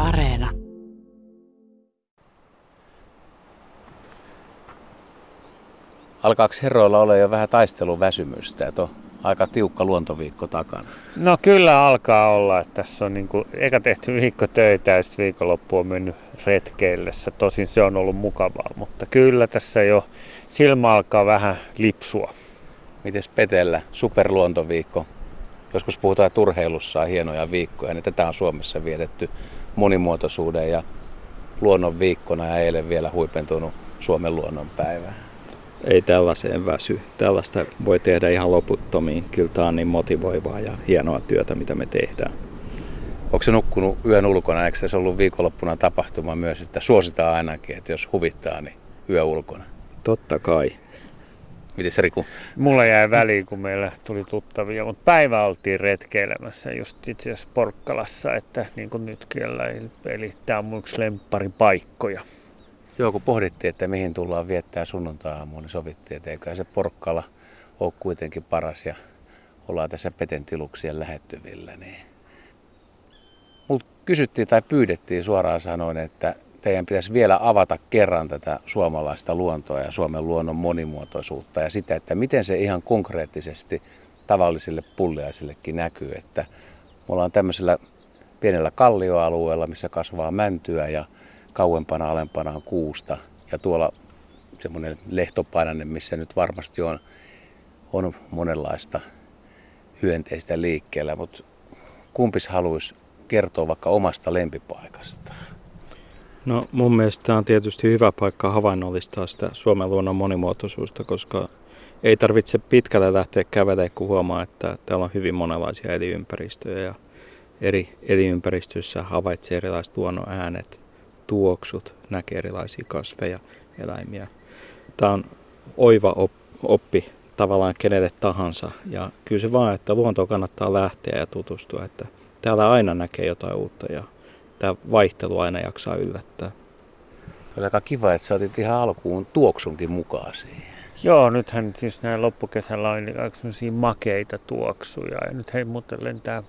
Areena. Alkaako herroilla olla jo vähän taisteluväsymystä, että on aika tiukka luontoviikko takana? No kyllä alkaa olla, että tässä on eka tehty viikko töitä ja sitten viikonloppu on mennyt retkeillessä. Tosin se on ollut mukavaa, mutta kyllä tässä jo silmä alkaa vähän lipsua. Mites Petellä superluontoviikko? Joskus puhutaan, että urheilussa on hienoja viikkoja, niin tätä on Suomessa vietetty monimuotoisuuden ja luonnon viikkona ja eilen vielä huipentunut Suomen luonnonpäivä. Ei tällaiseen väsy. Tällaista voi tehdä ihan loputtomiin. Kyllä tämä on niin motivoivaa ja hienoa työtä, mitä me tehdään. Onko se nukkunut yön ulkona? Eikö se ollut viikonloppuna tapahtuma myös, että suositaan ainakin, että jos huvittaa, niin yö ulkona? Totta kai. Mites Riku? Mulla jäi väliin, kun meillä tuli tuttavia, mutta päivä oltiin retkeilemässä just itse asiassa Porkkalassa, että niin kuin nytkin. Eli tämä on mun yksi lempparipaikkoja. Joo, kun pohdittiin, että mihin tullaan viettää sunnuntai-aamuun, niin sovittiin, että eiköhän se Porkkala ole kuitenkin paras ja ollaan tässä Peten tiluksien lähettyvillä. Niin. Mut kysyttiin tai pyydettiin suoraan sanoen, että teidän pitäisi vielä avata kerran tätä suomalaista luontoa ja Suomen luonnon monimuotoisuutta ja sitä, että miten se ihan konkreettisesti tavallisille pulliaisillekin näkyy. Että me ollaan tämmöisellä pienellä kallioalueella, missä kasvaa mäntyä ja kauempana alempana on kuusta ja tuolla semmoinen lehtopainainen, missä nyt varmasti on monenlaista hyönteistä liikkeellä, mutta kumpis haluaisi kertoa vaikka omasta lempipaikasta? No mun mielestä tämä on tietysti hyvä paikka havainnollistaa sitä Suomen luonnon monimuotoisuutta, koska ei tarvitse pitkälle lähteä kävelemään, kun huomaa, että täällä on hyvin monenlaisia elinympäristöjä ja eri elinympäristöissä havaitsee erilaiset luonnon äänet, tuoksut, näkee erilaisia kasveja, eläimiä. Tämä on oiva oppi tavallaan kenelle tahansa ja kyllä se vaan, että luontoon kannattaa lähteä ja tutustua, että täällä aina näkee jotain uutta ja tämä vaihtelu aina jaksaa yllättää. Oli aika kiva, että sä otit ihan alkuun tuoksunkin mukaan siihen. Joo, nythän siis näin loppukesällä on sellaisia makeita tuoksuja ja nyt hei muuten lentää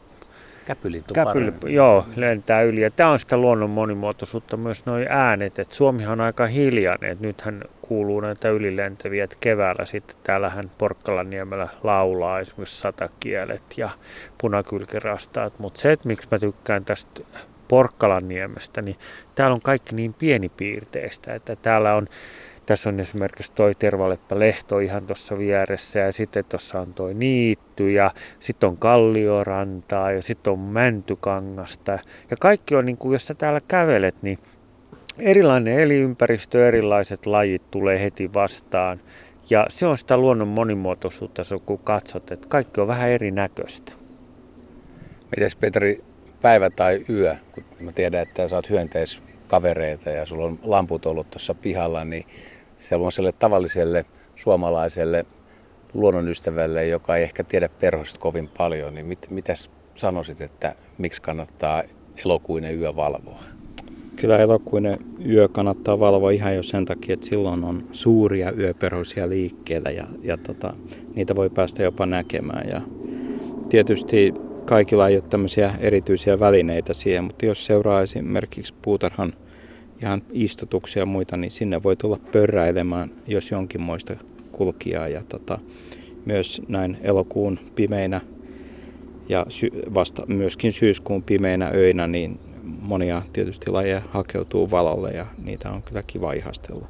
Joo, lentää yli. Ja tämä on sitä luonnon monimuotoisuutta myös nuo äänet. Et Suomihan on aika hiljainen. Et nythän kuuluu näitä ylilentäviä. Et keväällä sitten täällähän Porkkalanniemellä laulaa esimerkiksi satakielet ja punakylkirastaat. Mutta se, että miksi mä tykkään tästä Porkkalanniemestä, niin täällä on kaikki niin pienipiirteistä. Että tässä on esimerkiksi toi Tervaleppä-lehto ihan tuossa vieressä ja sitten tuossa on toi niitty ja sitten on kalliorantaa ja sitten on mäntykangasta. Ja kaikki on, niin kuin, jos sä täällä kävelet, niin erilainen elinympäristö, erilaiset lajit tulee heti vastaan. Ja se on sitä luonnon monimuotoisuutta, kun katsot, että kaikki on vähän erinäköistä. Mites Petri, päivä tai yö, kun mä tiedän, että sä oot hyönteiskavereita ja sulla on lamput ollut tuossa pihalla, niin sellaiselle tavalliselle suomalaiselle luonnonystävälle, joka ei ehkä tiedä perhosta kovin paljon, niin mitäs sanoisit, että miksi kannattaa elokuinen yö valvoa? Kyllä elokuinen yö kannattaa valvoa ihan jo sen takia, että silloin on suuria yöperhosia liikkeellä ja niitä voi päästä jopa näkemään. Ja tietysti kaikilla ei ole tämmöisiä erityisiä välineitä siihen, mutta jos seuraa esimerkiksi puutarhan ihan istutuksia ja muita, niin sinne voi tulla pörräilemään, jos jonkinmoista kulkijaa. Ja myös näin elokuun pimeinä ja myöskin syyskuun pimeinä öinä, niin monia tietysti lajeja hakeutuu valolle ja niitä on kyllä kiva ihastella.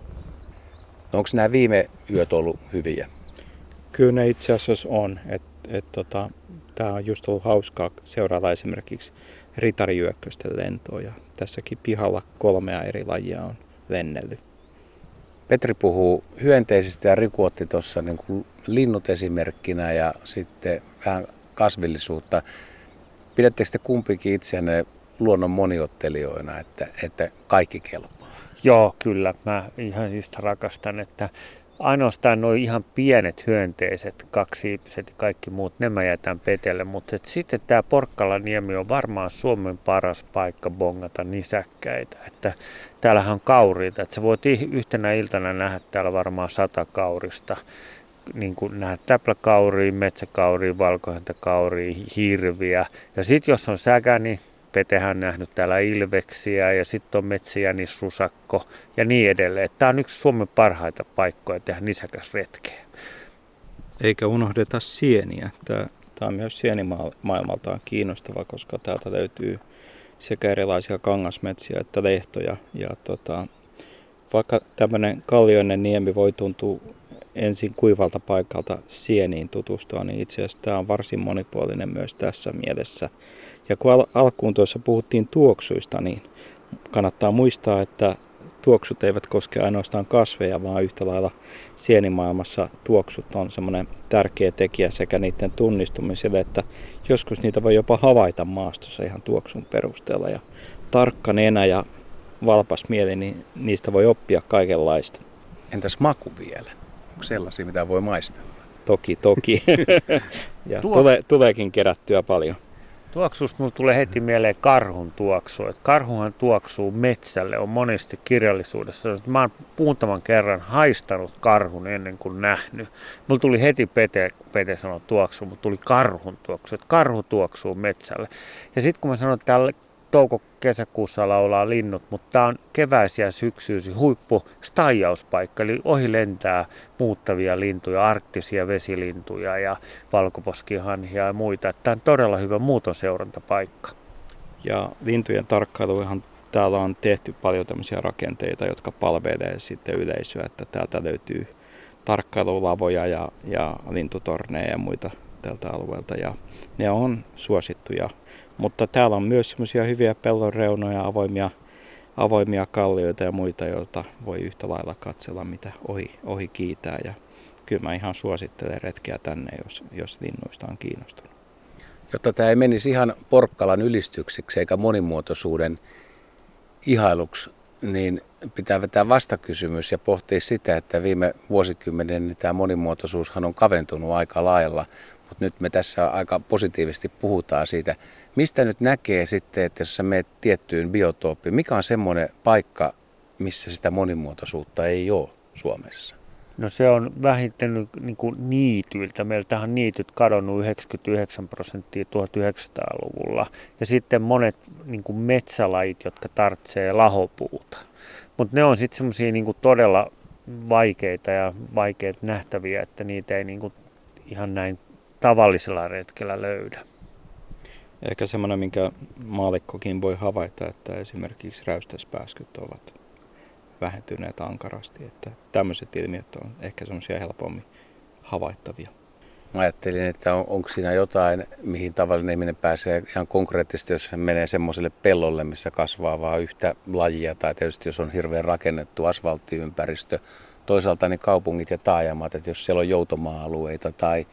No onko nämä viime yöt ollut hyviä? Kyllä ne itse asiassa on. Tämä on just ollut hauskaa seurata esimerkiksi ritarihyökkösten lentoa ja tässäkin pihalla 3 eri lajia on lennellyt. Petri puhuu hyönteisistä ja Riku otti tuossa niin linnut esimerkkinä ja sitten vähän kasvillisuutta. Pidättekö te kumpikin itseänne luonnon moniottelijoina, että kaikki kelpaa? Joo, kyllä. Mä ihan siis rakastan, että ainoastaan nuo ihan pienet hyönteiset, kaksiipiset ja kaikki muut, ne mä jätän Petelle. Mutta sitten tämä Porkkalaniemi on varmaan Suomen paras paikka bongata nisäkkäitä. Että täällähän on kauriita. Että sä voit yhtenä iltana nähdä täällä varmaan 100 kaurista. Niin kuin nähdä täpläkauria, metsäkauria, valkohäntäkauria, hirviä. Ja sitten jos on säkä, niin Petehän nähnyt täällä ilveksiä ja sitten on metsäjänisrusakko ja niin edelleen. Tämä on yksi Suomen parhaita paikkoja tehdä nisäkäsretkeä. Eikä unohdeta sieniä. Tämä on myös sienimaailmaltaan kiinnostava, koska täältä löytyy sekä erilaisia kangasmetsiä että lehtoja. Ja vaikka tämmöinen kallioinen niemi voi tuntua ensin kuivalta paikalta sieniin tutustua, niin itse asiassa tämä on varsin monipuolinen myös tässä mielessä. Ja kun alkuun tuossa puhuttiin tuoksuista, niin kannattaa muistaa, että tuoksut eivät koske ainoastaan kasveja, vaan yhtä lailla sienimaailmassa tuoksut on semmoinen tärkeä tekijä sekä niiden tunnistumiselle, että joskus niitä voi jopa havaita maastossa ihan tuoksun perusteella. Ja tarkka nenä ja valpas mieli, niin niistä voi oppia kaikenlaista. Entäs maku vielä? Onko sellaisia, mitä voi maistaa? Toki. Ja tuleekin kerättyä paljon. Tuoksusta mulle tulee heti mieleen karhun tuoksu. Karhuhan tuoksuu metsälle, on monesti kirjallisuudessa. Mä oon muutaman kerran haistanut karhun ennen kuin nähnyt. Mulla tuli heti Pete sanoi tuoksu, mutta tuli karhun tuoksu. Että karhu tuoksuu metsälle. Ja sitten kun mä sanon, että täällä touko-kesäkuussa laulaa linnut, mutta tää on keväisiä ja syksyysi huippu staijauspaikka, eli ohi lentää muuttavia lintuja, arktisia vesilintuja ja valkoposkihanhia ja muita. Tämä on todella hyvä muutonseuranta-paikka. Ja lintujen tarkkailuihan täällä on tehty paljon tämmöisiä rakenteita, jotka palvelee sitten yleisöä, että täältä löytyy tarkkailulavoja ja lintutorneja ja muita tältä alueelta ja ne on suosittuja. Mutta täällä on myös semmoisia hyviä pellonreunoja, avoimia kallioita ja muita, joita voi yhtä lailla katsella, mitä ohi kiitää. Ja kyllä mä ihan suosittelen retkeä tänne, jos linnuista on kiinnostunut. Jotta tämä ei menisi ihan Porkkalan ylistyksiksi eikä monimuotoisuuden ihailuksi, niin pitää vetää vastakysymys ja pohtia sitä, että viime vuosikymmenen tämä monimuotoisuushan on kaventunut aika lailla. Mutta nyt me tässä aika positiivisesti puhutaan siitä, mistä nyt näkee sitten, että jos sä menet tiettyyn biotooppiin, mikä on semmoinen paikka, missä sitä monimuotoisuutta ei ole Suomessa? No se on vähentynyt niin kuin niityiltä. Meiltähän on niityt kadonnut 99% 1900-luvulla. Ja sitten monet niin kuin metsälajit, jotka tarvitsee lahopuuta. Mutta ne on sitten semmoisia niin kuin todella vaikeita ja vaikeat nähtäviä, että niitä ei niin kuin ihan näin tavallisella retkellä löydä. Ehkä semmoinen, minkä maallikkokin voi havaita, että esimerkiksi räystäspääskyt ovat vähentyneet ankarasti. Että tämmöiset ilmiöt on ehkä semmoisia helpommin havaittavia. Mä ajattelin, että onko siinä jotain, mihin tavallinen ihminen pääsee ihan konkreettisesti, jos hän menee semmoiselle pellolle, missä kasvaa vain yhtä lajia, tai tietysti jos on hirveän rakennettu asfalttiympäristö. Toisaalta ne kaupungit ja taajamat, että jos siellä on joutomaa-alueita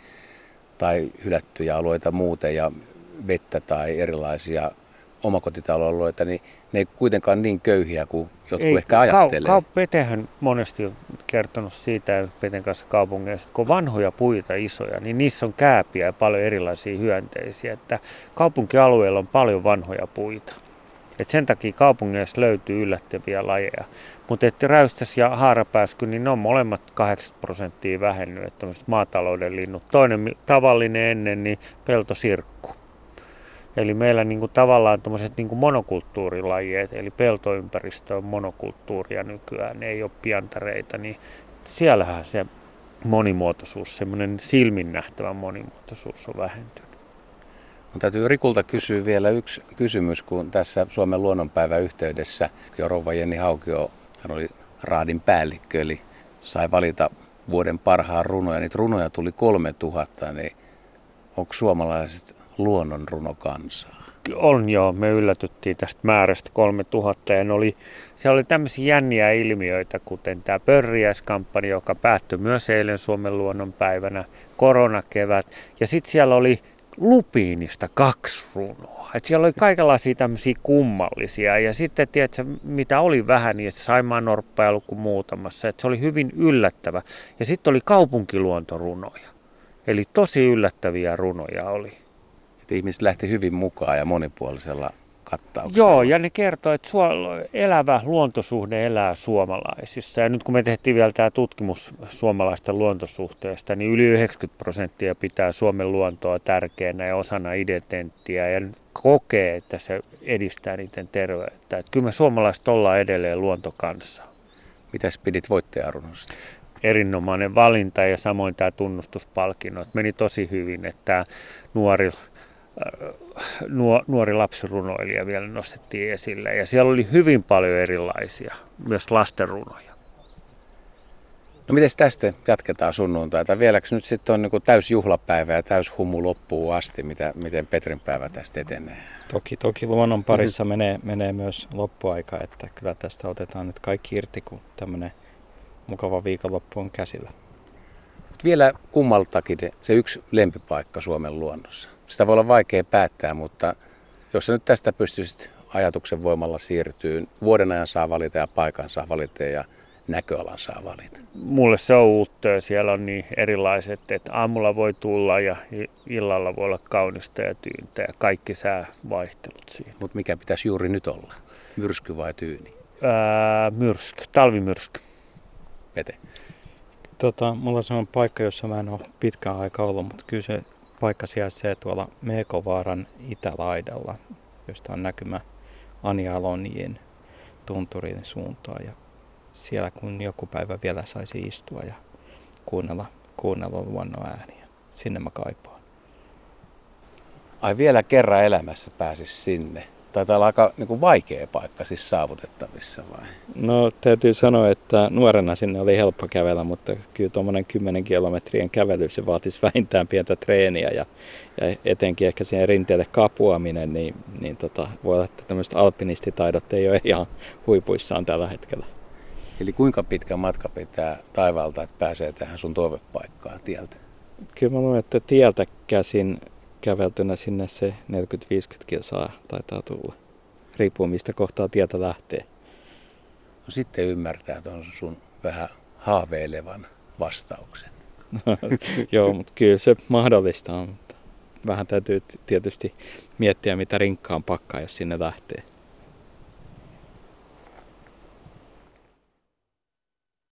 tai hylättyjä alueita muuten ja vettä tai erilaisia omakotitaloalueita, niin ne ei kuitenkaan niin köyhiä kuin jotkut ehkä ajattelee. Petehän monesti on kertonut siitä Peten kanssa kaupungeissa, että kun on vanhoja puita isoja, niin niissä on kääpiä ja paljon erilaisia hyönteisiä. Että kaupunkialueilla on paljon vanhoja puita. Et sen takia kaupungeissa löytyy yllättäviä lajeja. Mutta räystäs ja haarapääsky, niin ne on molemmat 80% vähennyt. Että maatalouden linnut. Toinen tavallinen ennen, niin peltosirkku. Eli meillä niinku tavallaan tuommoiset niinku monokulttuurilajeet, eli peltoympäristö on monokulttuuria nykyään, ne ei ole pientareita, niin siellähän se monimuotoisuus, semmoinen silmin nähtävä monimuotoisuus on vähentynyt. Mun täytyy Rikulta kysyä vielä yksi kysymys, kun tässä Suomen luonnonpäivän yhteydessä rouva Jenni Haukio, hän oli raadin päällikkö, eli sai valita vuoden parhaan runoja. Niitä runoja tuli 3000, niin onko suomalaiset luonnonrunokansaa? On joo, me yllätyttiin tästä määrästä 3000 ja siellä oli tämmöisiä jänniä ilmiöitä, kuten tämä pörriäiskampanja, joka päättyi myös eilen Suomen luonnonpäivänä, koronakevät ja sitten siellä oli lupiinista 2 runoa. Et siellä oli kaikenlaisia tämmöisiä kummallisia ja sitten tiedätkö, mitä oli vähän, niin että saimaannorppaa ei ollut kuin muutamassa, että se oli hyvin yllättävä ja sitten oli kaupunkiluontorunoja, eli tosi yllättäviä runoja oli. Että ihmiset lähti hyvin mukaan ja monipuolisella kattauksella. Joo, ja ne kertoo, että elävä luontosuhde elää suomalaisissa. Ja nyt kun me tehtiin vielä tämä tutkimus suomalaisten luontosuhteesta, niin yli 90% pitää Suomen luontoa tärkeänä ja osana identiteettiä. Ja kokee, että se edistää niiden terveyttä. Että kyllä me suomalaiset ollaan edelleen luontokanssa. Mitäs pidit voittajarunosta? Erinomainen valinta ja samoin tämä tunnustuspalkinnot meni tosi hyvin, että tämä nuori lapsirunoilija vielä nostettiin esille ja siellä oli hyvin paljon erilaisia, myös lastenrunoja. No miten tästä jatketaan sunnuntaita? Vieläkö nyt sitten on niin täysjuhlapäivä ja täyshumu loppuun asti, miten Petrin päivä tästä etenee? Toki luonnon parissa menee myös loppuaika, että kyllä tästä otetaan nyt kaikki irti, kun tämmöinen mukava viikonloppu on käsillä. Vielä kummaltakin se yksi lempipaikka Suomen luonnossa. Sitä voi olla vaikea päättää, mutta jos sä nyt tästä pystyisit ajatuksen voimalla siirtyyn, vuoden ajan saa valita ja paikan saa valita ja näköalan saa valita. Mulle se on uutta ja siellä on niin erilaiset, että aamulla voi tulla ja illalla voi olla kaunista ja tyyntä ja kaikki säävaihtelut siinä. Mutta mikä pitäisi juuri nyt olla? Myrsky vai tyyni? Myrsky, talvimyrsky. Pete. Mulla on sellainen paikka, jossa mä en ole pitkään aikaa ollut, mutta kyllä se paikka sijaitsee tuolla Meekovaaran itälaidalla, josta on näkymä Anialonjien tunturin suuntaan. Ja siellä kun joku päivä vielä saisi istua ja kuunnella luonnon ääniä. Sinne mä kaipaan. Ai vielä kerran elämässä pääsisi sinne? Taitaa olla aika vaikea paikka siis saavutettavissa vai? No täytyy sanoa, että nuorena sinne oli helppo kävellä, mutta kyllä tuommoinen 10 kilometrien kävely se vaatisi vähintään pientä treeniä ja etenkin ehkä siihen rinteelle kapuaminen, niin voi olla, että tämmöiset alpinistitaidot ei ole ihan huipuissaan tällä hetkellä. Eli kuinka pitkä matka pitää taivaalta, että pääsee tähän sun toivepaikkaan tieltä? Kyllä mä luulen, että tieltä käsin käveltynä sinne se 40-50 kilsaa taitaa tulla. Riippuu mistä kohtaa tietä lähtee. No sitten ymmärtää tuon sun vähän haaveilevan vastauksen. Joo, mutta kyllä se mahdollista on. Vähän täytyy tietysti miettiä mitä rinkkaan pakkaa, jos sinne lähtee.